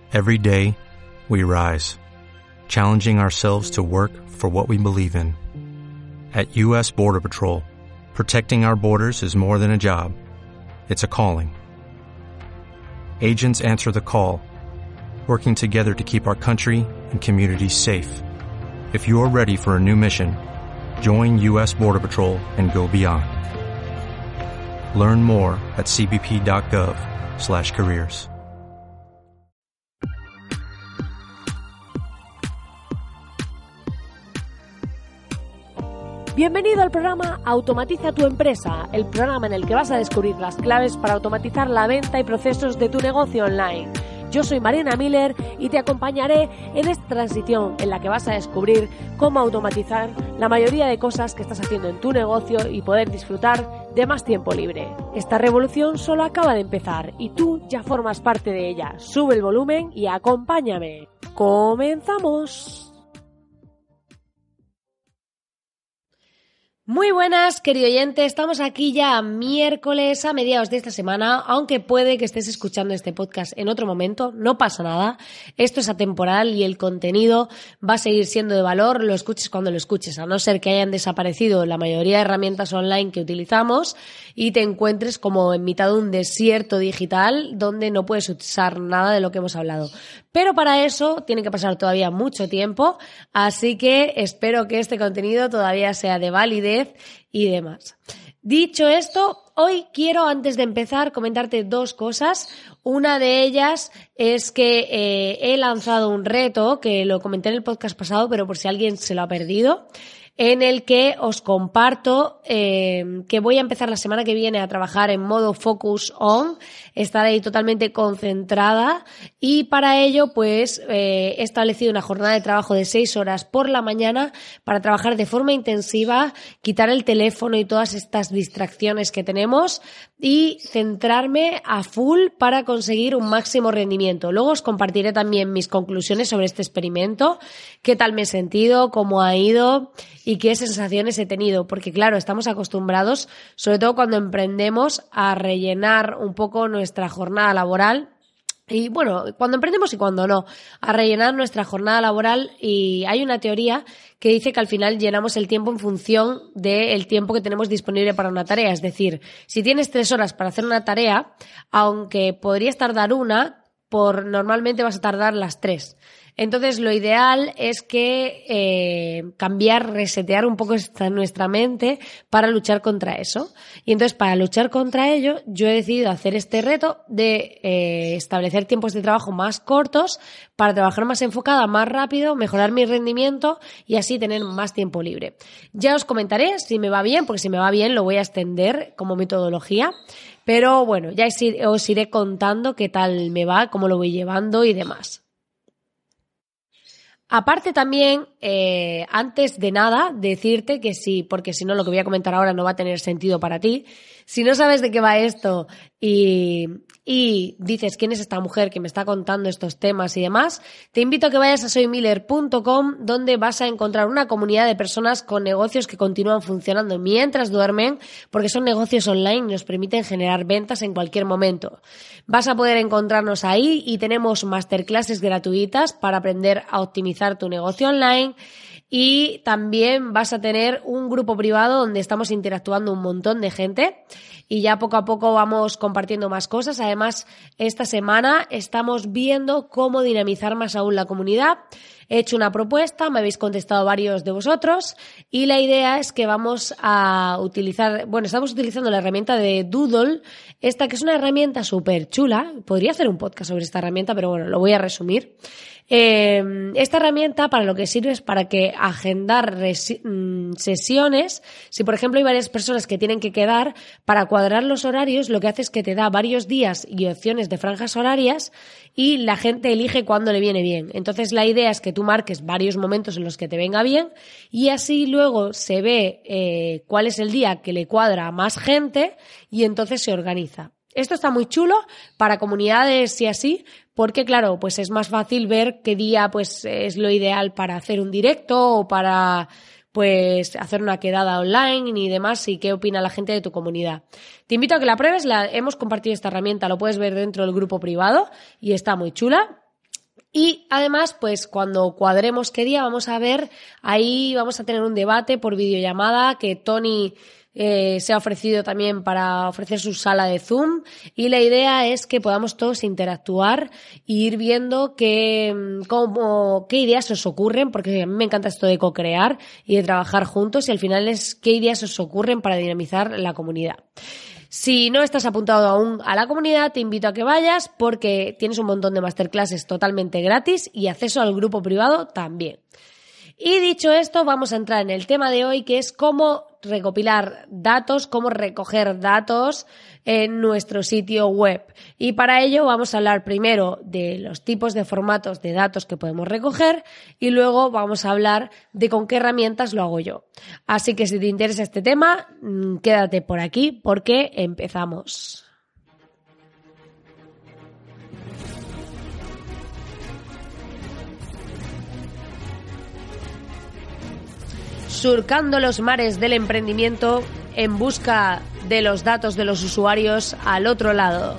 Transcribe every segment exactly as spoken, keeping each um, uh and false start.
Every day, we rise, challenging ourselves to work for what we believe in. At U S Border Patrol, protecting our borders is more than a job. It's a calling. Agents answer the call, working together to keep our country and communities safe. If you're ready for a new mission, join U S Border Patrol and go beyond. Learn more at c b p dot gov slash careers. Bienvenido al programa Automatiza tu empresa, el programa en el que vas a descubrir las claves para automatizar la venta y procesos de tu negocio online. Yo soy Mariana Miller y te acompañaré en esta transición en la que vas a descubrir cómo automatizar la mayoría de cosas que estás haciendo en tu negocio y poder disfrutar de más tiempo libre. Esta revolución solo acaba de empezar y tú ya formas parte de ella. Sube el volumen y acompáñame. ¡Comenzamos! Muy buenas, querido oyente, estamos aquí ya miércoles a mediados de esta semana, aunque puede que estés escuchando este podcast en otro momento, no pasa nada, esto es atemporal y el contenido va a seguir siendo de valor, lo escuches cuando lo escuches, a no ser que hayan desaparecido la mayoría de herramientas online que utilizamos y te encuentres como en mitad de un desierto digital donde no puedes usar nada de lo que hemos hablado. Pero para eso tiene que pasar todavía mucho tiempo, así que espero que este contenido todavía sea de validez y demás. Dicho esto, hoy quiero, antes de empezar, comentarte dos cosas. Una de ellas es que eh, he lanzado un reto, que lo comenté en el podcast pasado, pero por si alguien se lo ha perdido, en el que os comparto eh, que voy a empezar la semana que viene a trabajar en modo Focus On, estar ahí totalmente concentrada y para ello pues eh, he establecido una jornada de trabajo de seis horas por la mañana para trabajar de forma intensiva, quitar el teléfono y todas estas distracciones que tenemos y centrarme a full para conseguir un máximo rendimiento. Luego os compartiré también mis conclusiones sobre este experimento, qué tal me he sentido, cómo ha ido y qué sensaciones he tenido, porque claro, estamos acostumbrados, sobre todo cuando emprendemos, a rellenar un poco nuestra jornada laboral. Y bueno, cuando emprendemos y cuando no, a rellenar nuestra jornada laboral y hay una teoría que dice que al final llenamos el tiempo en función del tiempo que tenemos disponible para una tarea. Es decir, si tienes tres horas para hacer una tarea, aunque podrías tardar una, por normalmente vas a tardar las tres. Entonces, lo ideal es que eh, cambiar, resetear un poco esta, nuestra mente para luchar contra eso. Y entonces, para luchar contra ello, yo he decidido hacer este reto de eh, establecer tiempos de trabajo más cortos para trabajar más enfocada, más rápido, mejorar mi rendimiento y así tener más tiempo libre. Ya os comentaré si me va bien, porque si me va bien lo voy a extender como metodología. Pero bueno, ya os iré contando qué tal me va, cómo lo voy llevando y demás. Aparte también, eh, antes de nada, decirte que sí, porque si no lo que voy a comentar ahora no va a tener sentido para ti. Si no sabes de qué va esto y, y dices quién es esta mujer que me está contando estos temas y demás, te invito a que vayas a soy miller punto com, donde vas a encontrar una comunidad de personas con negocios que continúan funcionando mientras duermen, porque son negocios online y nos permiten generar ventas en cualquier momento. Vas a poder encontrarnos ahí y tenemos masterclasses gratuitas para aprender a optimizar tu negocio online. Y también vas a tener un grupo privado donde estamos interactuando un montón de gente y ya poco a poco vamos compartiendo más cosas. Además, esta semana estamos viendo cómo dinamizar más aún la comunidad. He hecho una propuesta, me habéis contestado varios de vosotros y la idea es que vamos a utilizar, bueno, estamos utilizando la herramienta de Doodle, esta que es una herramienta súper chula. Podría hacer un podcast sobre esta herramienta, pero bueno, lo voy a resumir. Eh, esta herramienta para lo que sirve es para que agendar resi- sesiones. Si por ejemplo hay varias personas que tienen que quedar, para cuadrar los horarios, lo que hace es que te da varios días y opciones de franjas horarias y la gente elige cuándo le viene bien. Entonces la idea es que tú marques varios momentos en los que te venga bien y así luego se ve eh, cuál es el día que le cuadra a más gente y entonces se organiza. Esto está muy chulo para comunidades y así, porque claro, pues es más fácil ver qué día pues es lo ideal para hacer un directo o para pues hacer una quedada online y demás, y qué opina la gente de tu comunidad. Te invito a que la pruebes, la, hemos compartido esta herramienta, lo puedes ver dentro del grupo privado y está muy chula. Y además, pues cuando cuadremos qué día vamos a ver, ahí vamos a tener un debate por videollamada que Tony eh, se ha ofrecido también para ofrecer su sala de Zoom, y la idea es que podamos todos interactuar e ir viendo qué, cómo, qué ideas os ocurren, porque a mí me encanta esto de co-crear y de trabajar juntos, y al final es qué ideas os ocurren para dinamizar la comunidad. Si no estás apuntado aún a la comunidad, te invito a que vayas porque tienes un montón de masterclasses totalmente gratis y acceso al grupo privado también. Y dicho esto, vamos a entrar en el tema de hoy, que es cómo recopilar datos, cómo recoger datos en nuestro sitio web. Y para ello vamos a hablar primero de los tipos de formatos de datos que podemos recoger y luego vamos a hablar de con qué herramientas lo hago yo. Así que si te interesa este tema, quédate por aquí porque empezamos. Surcando los mares del emprendimiento en busca de los datos de los usuarios al otro lado.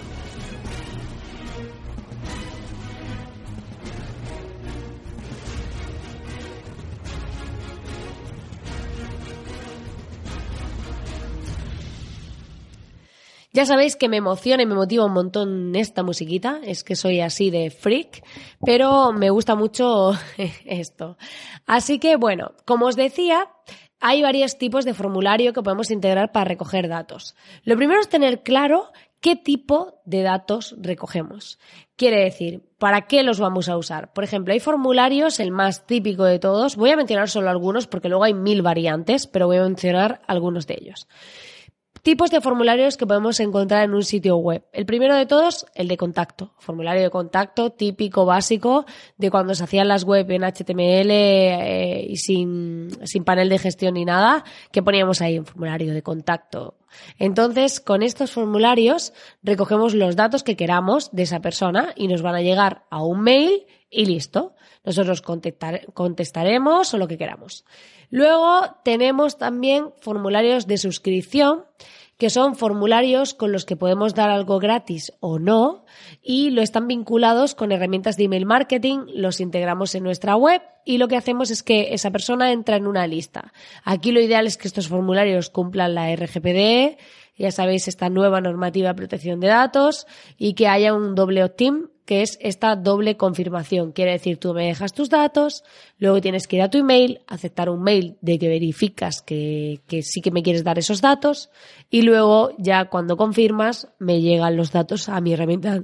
Ya sabéis que me emociona y me motiva un montón esta musiquita, es que soy así de freak, pero me gusta mucho esto. Así que bueno, como os decía, hay varios tipos de formulario que podemos integrar para recoger datos. Lo primero es tener claro qué tipo de datos recogemos. Quiere decir, ¿para qué los vamos a usar? Por ejemplo, hay formularios, el más típico de todos, voy a mencionar solo algunos porque luego hay mil variantes, pero voy a mencionar algunos de ellos. Tipos de formularios que podemos encontrar en un sitio web. El primero de todos, el de contacto. Formulario de contacto típico, básico, de cuando se hacían las web en H T M L eh, y sin, sin panel de gestión ni nada, que poníamos ahí un formulario de contacto. Entonces, con estos formularios recogemos los datos que queramos de esa persona y nos van a llegar a un mail y listo. Nosotros contestar, contestaremos o lo que queramos. Luego tenemos también formularios de suscripción, que son formularios con los que podemos dar algo gratis o no, y lo están vinculados con herramientas de email marketing, los integramos en nuestra web y lo que hacemos es que esa persona entra en una lista. Aquí lo ideal es que estos formularios cumplan la R G P D, ya sabéis, esta nueva normativa de protección de datos, y que haya un doble opt-in, que es esta doble confirmación. Quiere decir, tú me dejas tus datos, luego tienes que ir a tu email, aceptar un mail de que verificas que, que sí que me quieres dar esos datos, y luego ya cuando confirmas me llegan los datos a mi herramienta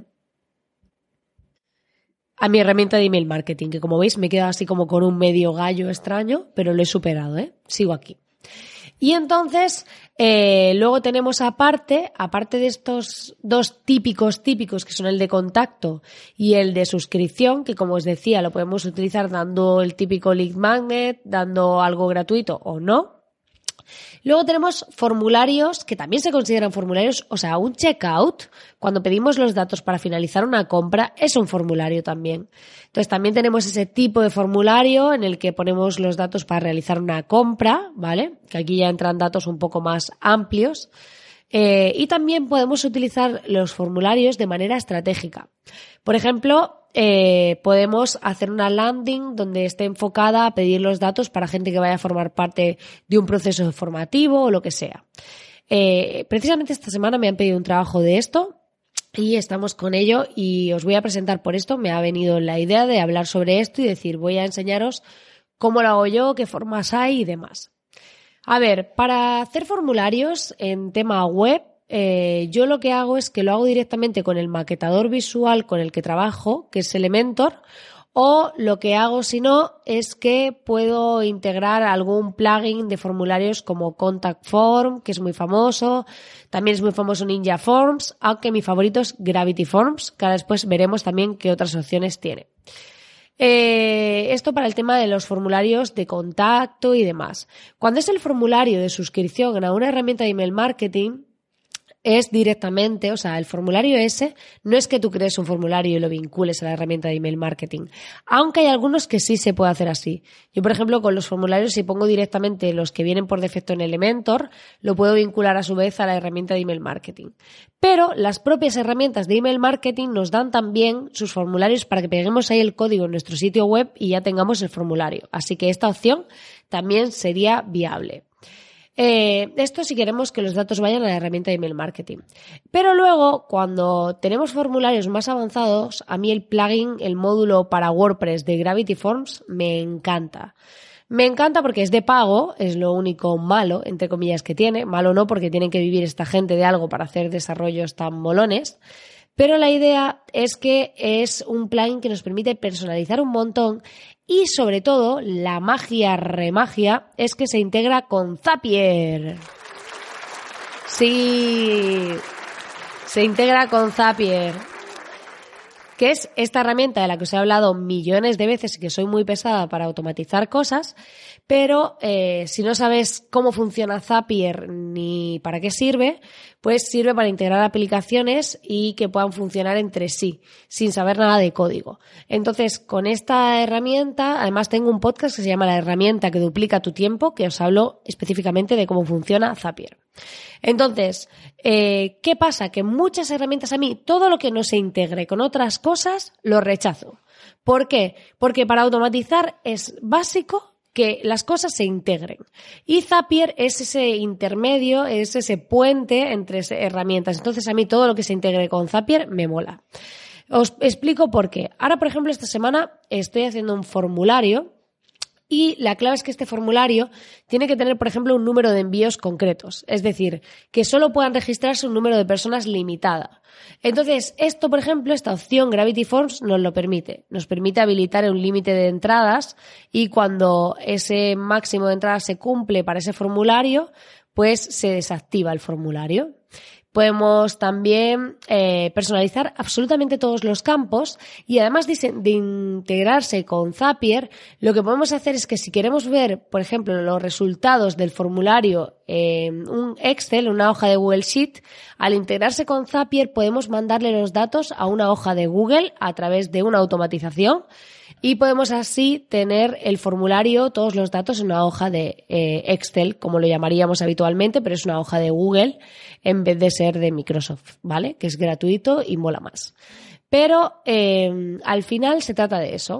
a mi herramienta de email marketing, que como veis me he quedado así como con un medio gallo extraño, pero lo he superado, ¿eh? Sigo aquí. Y entonces, eh, luego tenemos aparte, aparte de estos dos típicos típicos, que son el de contacto y el de suscripción, que como os decía, lo podemos utilizar dando el típico lead magnet, dando algo gratuito o no. Luego tenemos formularios que también se consideran formularios, o sea, un checkout, cuando pedimos los datos para finalizar una compra, es un formulario también. Entonces también tenemos ese tipo de formulario en el que ponemos los datos para realizar una compra, ¿vale? Que aquí ya entran datos un poco más amplios. Eh, y también podemos utilizar los formularios de manera estratégica. Por ejemplo, eh, podemos hacer una landing donde esté enfocada a pedir los datos para gente que vaya a formar parte de un proceso formativo o lo que sea. Eh, precisamente esta semana me han pedido un trabajo de esto y estamos con ello y os voy a presentar por esto. Me ha venido la idea de hablar sobre esto y decir, voy a enseñaros cómo lo hago yo, qué formas hay y demás. A ver, para hacer formularios en tema web, eh, yo lo que hago es que lo hago directamente con el maquetador visual con el que trabajo, que es Elementor, o lo que hago si no es que puedo integrar algún plugin de formularios como Contact Form, que es muy famoso, también es muy famoso Ninja Forms, aunque mi favorito es Gravity Forms, que ahora después veremos también qué otras opciones tiene. Eh, esto para el tema de los formularios de contacto y demás. Cuando es el formulario de suscripción a una herramienta de email marketing, es directamente, o sea, el formulario ese no es que tú crees un formulario y lo vincules a la herramienta de email marketing, aunque hay algunos que sí se puede hacer así. Yo, por ejemplo, con los formularios, si pongo directamente los que vienen por defecto en Elementor, lo puedo vincular a su vez a la herramienta de email marketing. Pero las propias herramientas de email marketing nos dan también sus formularios para que peguemos ahí el código en nuestro sitio web y ya tengamos el formulario. Así que esta opción también sería viable. Eh, esto si queremos que los datos vayan a la herramienta de email marketing. Pero luego, cuando tenemos formularios más avanzados, a mí el plugin, el módulo para WordPress de Gravity Forms me encanta. Me encanta porque es de pago, es lo único malo, entre comillas, que tiene. Malo no, porque tienen que vivir esta gente de algo para hacer desarrollos tan molones. Pero la idea es que es un plugin que nos permite personalizar un montón y, sobre todo, la magia remagia es que se integra con Zapier. Sí, se integra con Zapier, que es esta herramienta de la que os he hablado millones de veces y que soy muy pesada para automatizar cosas, pero eh, si no sabes cómo funciona Zapier ni para qué sirve, pues sirve para integrar aplicaciones y que puedan funcionar entre sí, sin saber nada de código. Entonces, con esta herramienta, además tengo un podcast que se llama La herramienta que duplica tu tiempo, que os hablo específicamente de cómo funciona Zapier. Entonces, eh, ¿qué pasa? Que muchas herramientas a mí, todo lo que no se integre con otras cosas, lo rechazo. ¿Por qué? Porque para automatizar es básico que las cosas se integren. Y Zapier es ese intermedio, es ese puente entre herramientas. Entonces, a mí todo lo que se integre con Zapier me mola. Os explico por qué. Ahora, por ejemplo, esta semana estoy haciendo un formulario y la clave es que este formulario tiene que tener, por ejemplo, un número de envíos concretos. Es decir, que solo puedan registrarse un número de personas limitada. Entonces, esto, por ejemplo, esta opción Gravity Forms nos lo permite. Nos permite habilitar un límite de entradas y cuando ese máximo de entradas se cumple para ese formulario, pues se desactiva el formulario. Podemos también eh, personalizar absolutamente todos los campos y además de, de integrarse con Zapier, lo que podemos hacer es que si queremos ver, por ejemplo, los resultados del formulario en un Excel, una hoja de Google Sheet, al integrarse con Zapier podemos mandarle los datos a una hoja de Google a través de una automatización. Y podemos así tener el formulario, todos los datos en una hoja de eh, Excel, como lo llamaríamos habitualmente, pero es una hoja de Google en vez de ser de Microsoft, ¿vale? Que es gratuito y mola más. Pero eh, al final se trata de eso.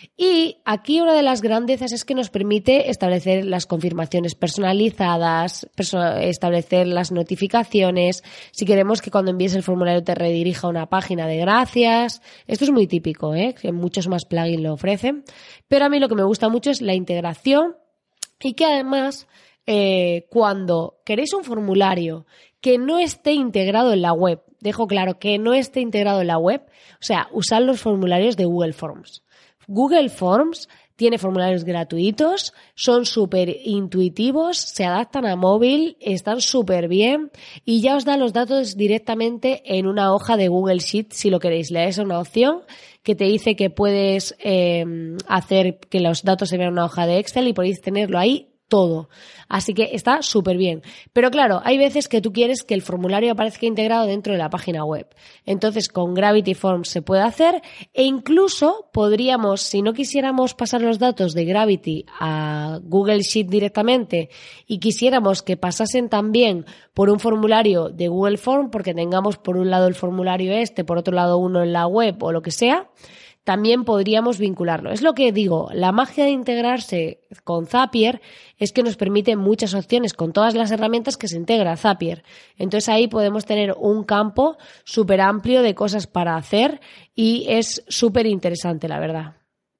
Y aquí una de las grandezas es que nos permite establecer las confirmaciones personalizadas, perso- establecer las notificaciones, si queremos que cuando envíes el formulario te redirija a una página de gracias. Esto es muy típico, ¿eh? Que muchos más plugins lo ofrecen. Pero a mí lo que me gusta mucho es la integración y que además eh, cuando queréis un formulario que no esté integrado en la web, dejo claro que no esté integrado en la web, o sea, usar los formularios de Google Forms. Google Forms tiene formularios gratuitos, son súper intuitivos, se adaptan a móvil, están súper bien y ya os da los datos directamente en una hoja de Google Sheet si lo queréis. Le dais una opción que te dice que puedes eh, hacer que los datos se vean en una hoja de Excel y podéis tenerlo ahí todo. Así que está súper bien. Pero claro, hay veces que tú quieres que el formulario aparezca integrado dentro de la página web. Entonces, con Gravity Forms se puede hacer e incluso podríamos, si no quisiéramos pasar los datos de Gravity a Google Sheet directamente y quisiéramos que pasasen también por un formulario de Google Form, porque tengamos por un lado el formulario este, por otro lado uno en la web o lo que sea, también podríamos vincularlo. Es lo que digo, la magia de integrarse con Zapier es que nos permite muchas opciones con todas las herramientas que se integra Zapier. Entonces ahí podemos tener un campo súper amplio de cosas para hacer y es súper interesante, la verdad.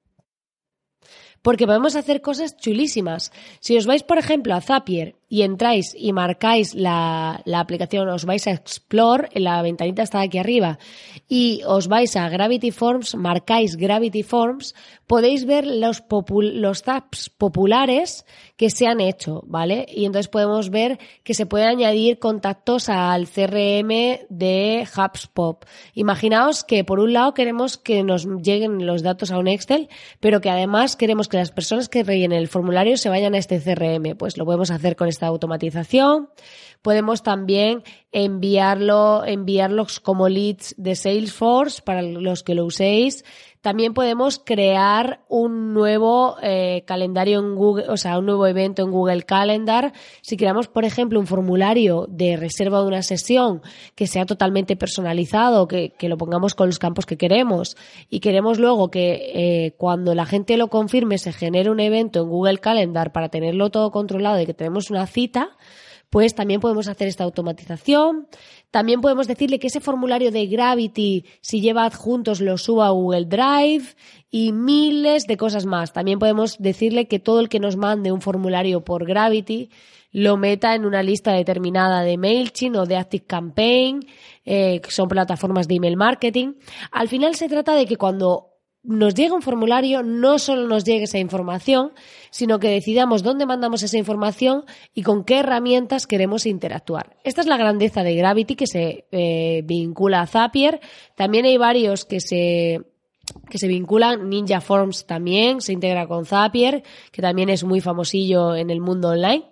Porque podemos hacer cosas chulísimas. Si os vais, por ejemplo, a Zapier y entráis y marcáis la, la aplicación, os vais a Explore, en la ventanita está aquí arriba, y os vais a Gravity Forms, marcáis Gravity Forms, podéis ver los, popul- los tabs populares que se han hecho, ¿vale? Y entonces podemos ver que se pueden añadir contactos al C R M de HubSpot. Imaginaos que por un lado queremos que nos lleguen los datos a un Excel, pero que además queremos que las personas que rellenen el formulario se vayan a este C R M. Pues lo podemos hacer con esta automatización. podemos también enviarlo, enviarlos como leads de Salesforce para los que lo uséis. También podemos crear un nuevo eh, calendario en Google, o sea, un nuevo evento en Google Calendar. Si creamos, por ejemplo, un formulario de reserva de una sesión que sea totalmente personalizado, que, que lo pongamos con los campos que queremos y queremos luego que eh, cuando la gente lo confirme se genere un evento en Google Calendar para tenerlo todo controlado y que tenemos una cita, pues también podemos hacer esta automatización. También podemos decirle que ese formulario de Gravity, si lleva adjuntos, lo suba a Google Drive y miles de cosas más. También podemos decirle que todo el que nos mande un formulario por Gravity lo meta en una lista determinada de MailChimp o de ActiveCampaign, eh, que son plataformas de email marketing. Al final se trata de que cuando nos llega un formulario, no solo nos llegue esa información, sino que decidamos dónde mandamos esa información y con qué herramientas queremos interactuar. Esta es la grandeza de Gravity, que se eh, vincula a Zapier. También hay varios que se que se vinculan. Ninja Forms también se integra con Zapier, que también es muy famosillo en el mundo online.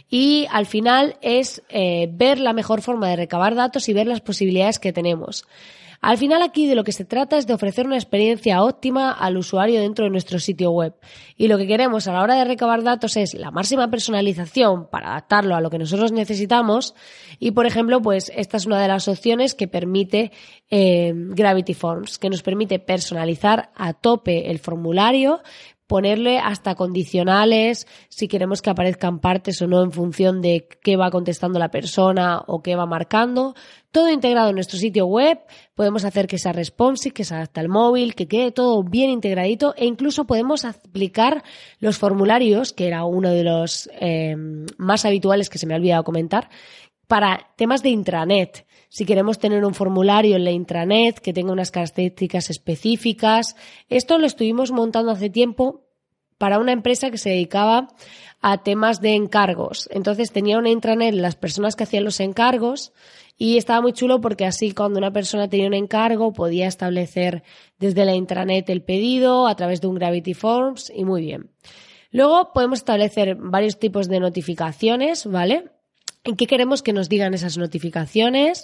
Y al final es eh, ver la mejor forma de recabar datos y ver las posibilidades que tenemos. Al final aquí de lo que se trata es de ofrecer una experiencia óptima al usuario dentro de nuestro sitio web. Y lo que queremos a la hora de recabar datos es la máxima personalización para adaptarlo a lo que nosotros necesitamos. Y, por ejemplo, pues esta es una de las opciones que permite eh, Gravity Forms, que nos permite personalizar a tope el formulario, ponerle hasta condicionales, si queremos que aparezcan partes o no en función de qué va contestando la persona o qué va marcando. Todo integrado en nuestro sitio web. Podemos hacer que sea responsive, que se adapte al móvil, que quede todo bien integradito e incluso podemos aplicar los formularios, que era uno de los eh, más habituales que se me ha olvidado comentar, para temas de intranet. Si queremos tener un formulario en la intranet que tenga unas características específicas. Esto lo estuvimos montando hace tiempo para una empresa que se dedicaba a temas de encargos. Entonces tenía una intranet las personas que hacían los encargos y estaba muy chulo porque así cuando una persona tenía un encargo podía establecer desde la intranet el pedido a través de un Gravity Forms y muy bien. Luego podemos establecer varios tipos de notificaciones, ¿vale? ¿En qué queremos que nos digan esas notificaciones?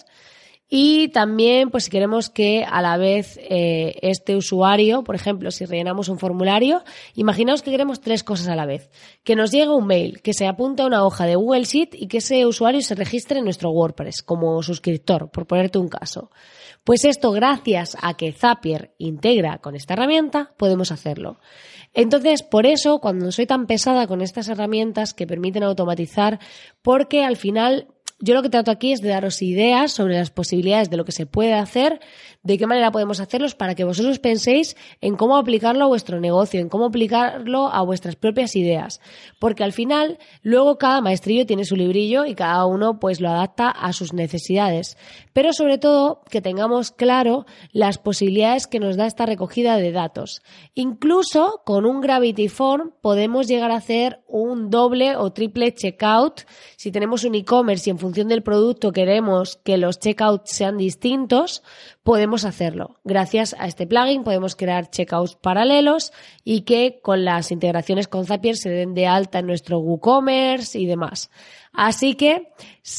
Y también, pues si queremos que a la vez eh, este usuario, por ejemplo, si rellenamos un formulario, imaginaos que queremos tres cosas a la vez. Que nos llegue un mail, que se apunte a una hoja de Google Sheet y que ese usuario se registre en nuestro WordPress como suscriptor, por ponerte un caso. Pues esto, gracias a que Zapier integra con esta herramienta, podemos hacerlo. Entonces, por eso, cuando soy tan pesada con estas herramientas que permiten automatizar, porque al final yo lo que trato aquí es de daros ideas sobre las posibilidades de lo que se puede hacer, de qué manera podemos hacerlos para que vosotros penséis en cómo aplicarlo a vuestro negocio, en cómo aplicarlo a vuestras propias ideas. Porque al final, luego cada maestrillo tiene su librillo y cada uno pues lo adapta a sus necesidades. Pero sobre todo que tengamos claro las posibilidades que nos da esta recogida de datos. Incluso con un Gravity Form podemos llegar a hacer un doble o triple checkout. Si tenemos un e-commerce y en función del producto queremos que los checkouts sean distintos, podemos hacerlo. Gracias a este plugin podemos crear checkouts paralelos y que con las integraciones con Zapier se den de alta en nuestro WooCommerce y demás. Así que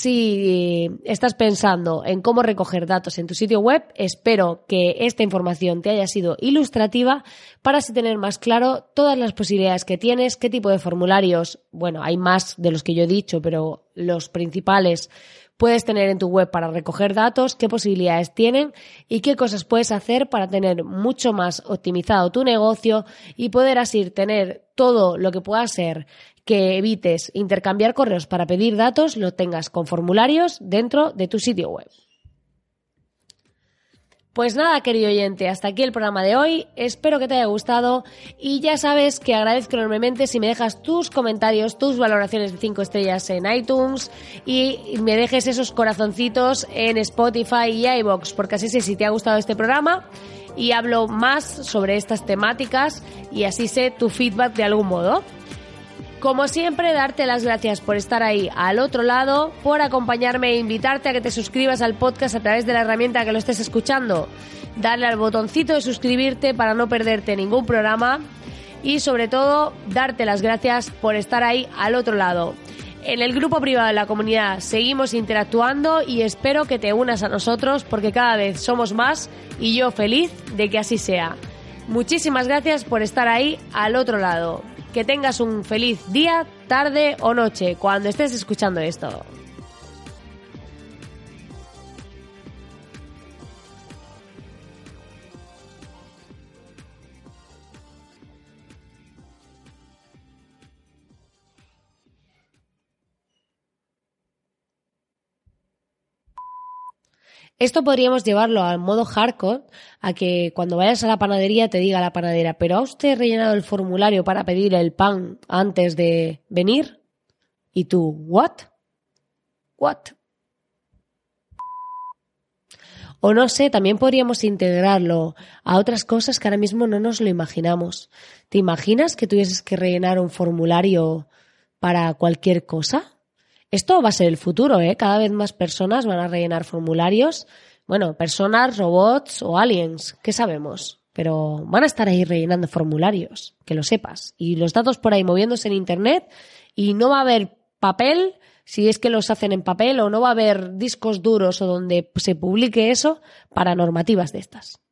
si estás pensando en cómo recoger datos en tu sitio web, espero que esta información te haya sido ilustrativa para así tener más claro todas las posibilidades que tienes, qué tipo de formularios, bueno, hay más de los que yo he dicho, pero los principales puedes tener en tu web para recoger datos, qué posibilidades tienen y qué cosas puedes hacer para tener mucho más optimizado tu negocio y poder así tener todo lo que pueda ser que evites intercambiar correos para pedir datos, lo tengas con formularios dentro de tu sitio web. Pues nada, querido oyente, hasta aquí el programa de hoy. Espero que te haya gustado y ya sabes que agradezco enormemente si me dejas tus comentarios, tus valoraciones de cinco estrellas en iTunes y me dejes esos corazoncitos en Spotify y iVoox, porque así sé si te ha gustado este programa y hablo más sobre estas temáticas y así sé tu feedback de algún modo. Como siempre, darte las gracias por estar ahí al otro lado, por acompañarme e invitarte a que te suscribas al podcast a través de la herramienta que lo estés escuchando. Darle al botoncito de suscribirte para no perderte ningún programa y, sobre todo, darte las gracias por estar ahí al otro lado. En el grupo privado de la comunidad seguimos interactuando y espero que te unas a nosotros porque cada vez somos más y yo feliz de que así sea. Muchísimas gracias por estar ahí al otro lado. Que tengas un feliz día, tarde o noche cuando estés escuchando esto. Esto podríamos llevarlo al modo hardcore, a que cuando vayas a la panadería te diga la panadera, ¿pero ha usted rellenado el formulario para pedir el pan antes de venir? Y tú, ¿what? ¿What? O no sé, también podríamos integrarlo a otras cosas que ahora mismo no nos lo imaginamos. ¿Te imaginas que tuvieses que rellenar un formulario para cualquier cosa? Esto va a ser el futuro, ¿eh? Cada vez más personas van a rellenar formularios. Bueno, personas, robots o aliens, ¿qué sabemos? Pero van a estar ahí rellenando formularios, que lo sepas. Y los datos por ahí moviéndose en Internet y no va a haber papel, si es que los hacen en papel, o no va a haber discos duros o donde se publique eso para normativas de estas.